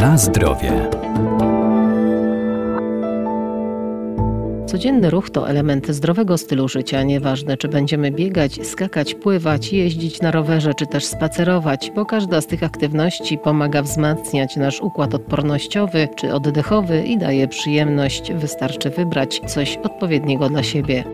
Na zdrowie. Codzienny ruch to element zdrowego stylu życia. Nieważne, czy będziemy biegać, skakać, pływać, jeździć na rowerze, czy też spacerować, bo każda z tych aktywności pomaga wzmacniać nasz układ odpornościowy czy oddechowy i daje przyjemność. Wystarczy wybrać coś odpowiedniego dla siebie.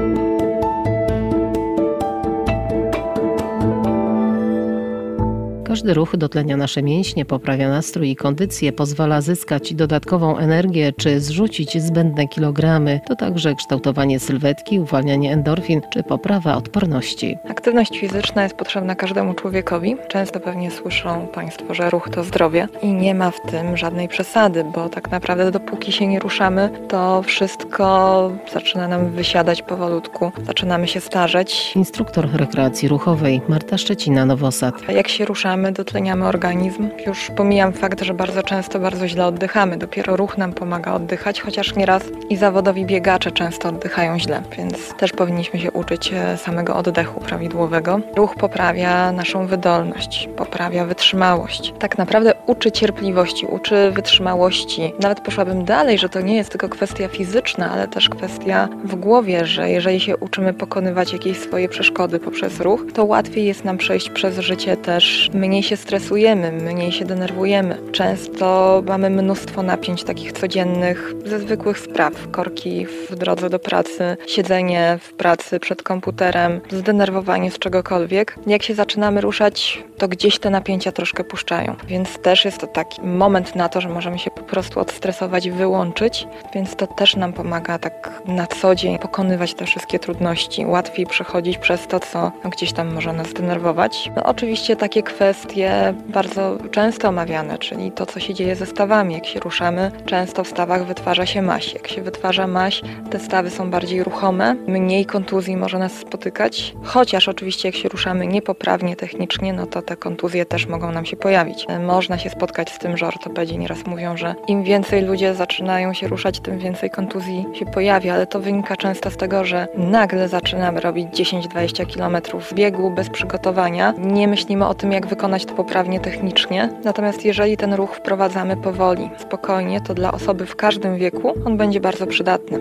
Każdy ruch dotlenia nasze mięśnie, poprawia nastrój i kondycję, pozwala zyskać dodatkową energię czy zrzucić zbędne kilogramy. To także kształtowanie sylwetki, uwalnianie endorfin czy poprawa odporności. Aktywność fizyczna jest potrzebna każdemu człowiekowi. Często pewnie słyszą Państwo, że ruch to zdrowie i nie ma w tym żadnej przesady, bo tak naprawdę dopóki się nie ruszamy, to wszystko zaczyna nam wysiadać powolutku, zaczynamy się starzeć. Instruktor rekreacji ruchowej Marta Szczecina, Nowosad. Jak się ruszamy, dotleniamy organizm. Już pomijam fakt, że bardzo często bardzo źle oddychamy. Dopiero ruch nam pomaga oddychać, chociaż nieraz i zawodowi biegacze często oddychają źle, więc też powinniśmy się uczyć samego oddechu prawidłowego. Ruch poprawia naszą wydolność, poprawia wytrzymałość. Tak naprawdę uczy cierpliwości, uczy wytrzymałości. Nawet poszłabym dalej, że to nie jest tylko kwestia fizyczna, ale też kwestia w głowie, że jeżeli się uczymy pokonywać jakieś swoje przeszkody poprzez ruch, to łatwiej jest nam przejść przez życie też. Mniej się stresujemy, mniej się denerwujemy. Często mamy mnóstwo napięć takich codziennych, ze zwykłych spraw. Korki w drodze do pracy, siedzenie w pracy przed komputerem, zdenerwowanie z czegokolwiek. Jak się zaczynamy ruszać, to gdzieś te napięcia troszkę puszczają. Więc też jest to taki moment na to, że możemy się po prostu odstresować i wyłączyć. Więc to też nam pomaga tak na co dzień pokonywać te wszystkie trudności. Łatwiej przechodzić przez to, co gdzieś tam może nas denerwować. Oczywiście takie kwestie bardzo często omawiane, czyli to, co się dzieje ze stawami. Jak się ruszamy, często w stawach wytwarza się maś. Jak się wytwarza maś, te stawy są bardziej ruchome, mniej kontuzji może nas spotykać, chociaż oczywiście jak się ruszamy niepoprawnie technicznie, no to te kontuzje też mogą nam się pojawić. Można się spotkać z tym, że ortopedzi nieraz mówią, że im więcej ludzie zaczynają się ruszać, tym więcej kontuzji się pojawia, ale to wynika często z tego, że nagle zaczynamy robić 10-20 km biegu bez przygotowania. Nie myślimy o tym, jak wykonać to poprawnie technicznie. Natomiast jeżeli ten ruch wprowadzamy powoli, spokojnie, to dla osoby w każdym wieku on będzie bardzo przydatny.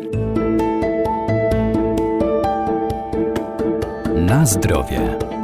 Na zdrowie.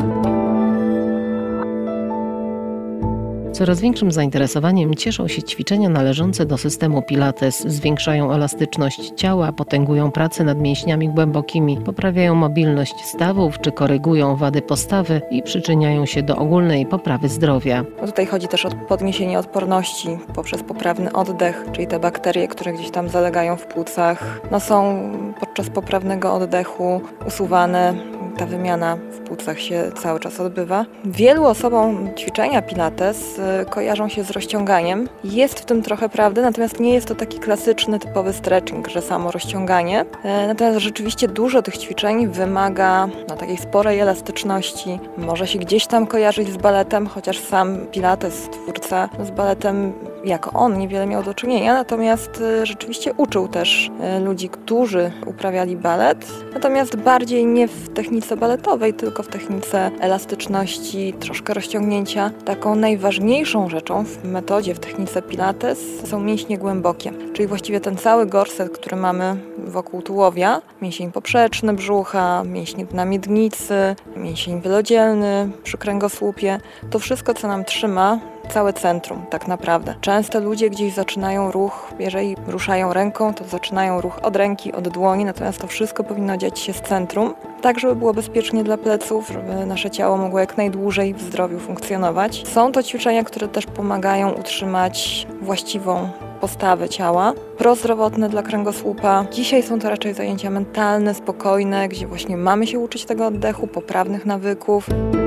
Coraz większym zainteresowaniem cieszą się ćwiczenia należące do systemu Pilates. Zwiększają elastyczność ciała, potęgują pracę nad mięśniami głębokimi, poprawiają mobilność stawów czy korygują wady postawy i przyczyniają się do ogólnej poprawy zdrowia. Tutaj chodzi też o podniesienie odporności poprzez poprawny oddech, czyli te bakterie, które gdzieś tam zalegają w płucach, są podczas poprawnego oddechu usuwane. Ta wymiana w płucach się cały czas odbywa. Wielu osobom ćwiczenia Pilates kojarzą się z rozciąganiem. Jest w tym trochę prawdy, natomiast nie jest to taki klasyczny, typowy stretching, że samo rozciąganie. Natomiast rzeczywiście dużo tych ćwiczeń wymaga takiej sporej elastyczności. Może się gdzieś tam kojarzyć z baletem, chociaż sam Pilates, twórca, z baletem jako on niewiele miał do czynienia, natomiast rzeczywiście uczył też ludzi, którzy uprawiali balet, natomiast bardziej nie w technice baletowej, tylko w technice elastyczności, troszkę rozciągnięcia. Taką najważniejszą rzeczą w metodzie, w technice Pilates są mięśnie głębokie, czyli właściwie ten cały gorset, który mamy wokół tułowia, mięsień poprzeczny brzucha, mięsień na miednicy, mięsień wielodzielny przy kręgosłupie, to wszystko, co nam trzyma całe centrum tak naprawdę. Często ludzie gdzieś zaczynają ruch, jeżeli ruszają ręką, to zaczynają ruch od ręki, od dłoni, natomiast to wszystko powinno dziać się z centrum, tak żeby było bezpiecznie dla pleców, żeby nasze ciało mogło jak najdłużej w zdrowiu funkcjonować. Są to ćwiczenia, które też pomagają utrzymać właściwą postawę ciała, prozdrowotne dla kręgosłupa. Dzisiaj są to raczej zajęcia mentalne, spokojne, gdzie właśnie mamy się uczyć tego oddechu, poprawnych nawyków.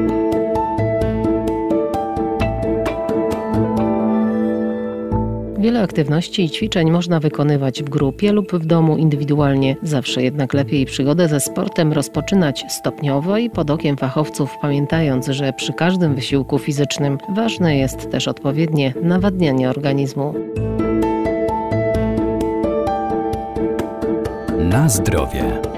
Wiele aktywności i ćwiczeń można wykonywać w grupie lub w domu indywidualnie. Zawsze jednak lepiej przygodę ze sportem rozpoczynać stopniowo i pod okiem fachowców, pamiętając, że przy każdym wysiłku fizycznym ważne jest też odpowiednie nawadnianie organizmu. Na zdrowie.